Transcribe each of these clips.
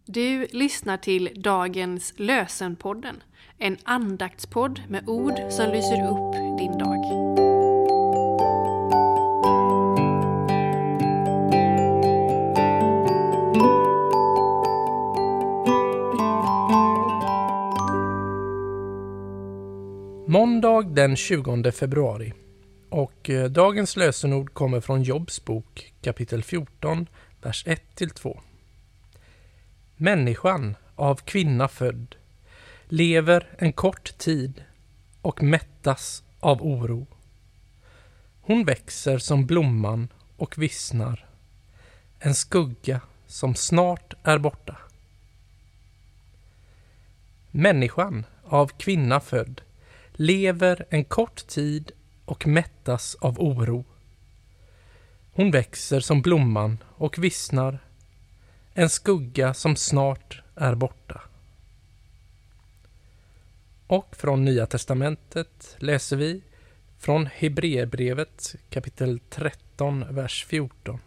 Du lyssnar till dagens Lösenpodden, en andaktspodd med ord som lyser upp din dag. Måndag den 20 februari och dagens lösenord kommer från Jobs bok kapitel 14, vers 1-2. Människan av kvinna född lever en kort tid och mättas av oro. Hon växer som blomman och vissnar, en skugga som snart är borta. Människan av kvinna född lever en kort tid och mättas av oro. Hon växer som blomman och vissnar, en skugga som snart är borta. Och från Nya testamentet läser vi från Hebreerbrevet kapitel 13, vers 14.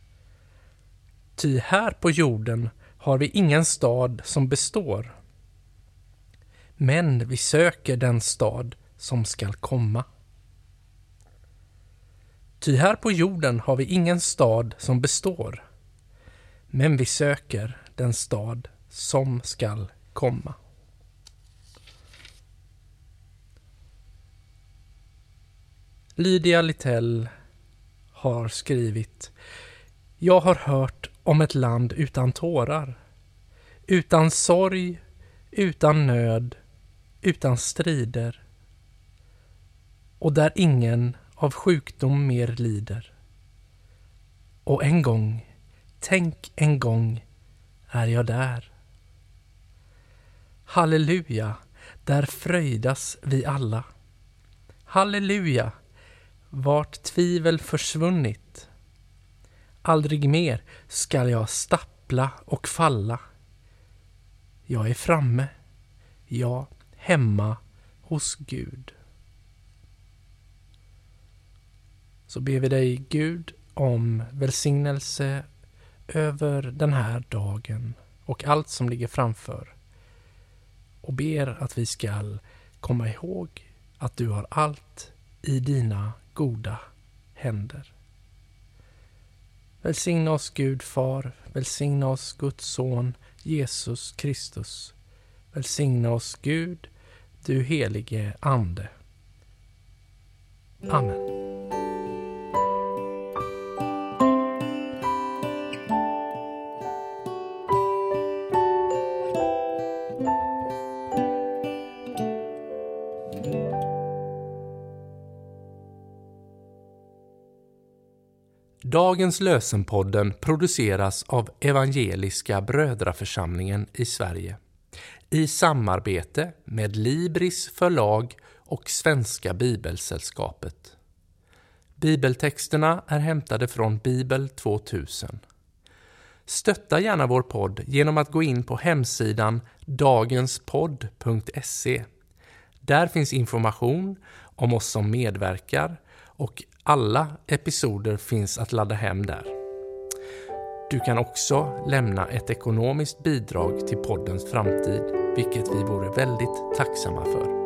Ty här på jorden har vi ingen stad som består, men vi söker den stad som skall komma. Ty här på jorden har vi ingen stad som består, men vi söker den stad som skall komma. Lydia Littell har skrivit: Jag har hört om ett land utan tårar, utan sorg, utan nöd, utan strider, och där ingen av sjukdom mer lider. Och en gång, tänk en gång, är jag där. Halleluja, där fröjdas vi alla. Halleluja, vart tvivel försvunnit. Aldrig mer skall jag stappla och falla. Jag är framme, ja, hemma hos Gud. Så ber vi dig, Gud, om välsignelse över den här dagen och allt som ligger framför. Och ber att vi ska komma ihåg att du har allt i dina goda händer. Välsigna oss, Gud Far, välsigna oss, Guds son, Jesus Kristus. Välsigna oss, Gud, du helige Ande. Amen. Dagens lösenpodden produceras av Evangeliska Brödraförsamlingen i Sverige i samarbete med Libris förlag och Svenska Bibelsällskapet. Bibeltexterna är hämtade från Bibel 2000. Stötta gärna vår podd genom att gå in på hemsidan dagenspodd.se. Där finns information om oss som medverkar och alla episoder finns att ladda hem där. Du kan också lämna ett ekonomiskt bidrag till poddens framtid, vilket vi vore väldigt tacksamma för.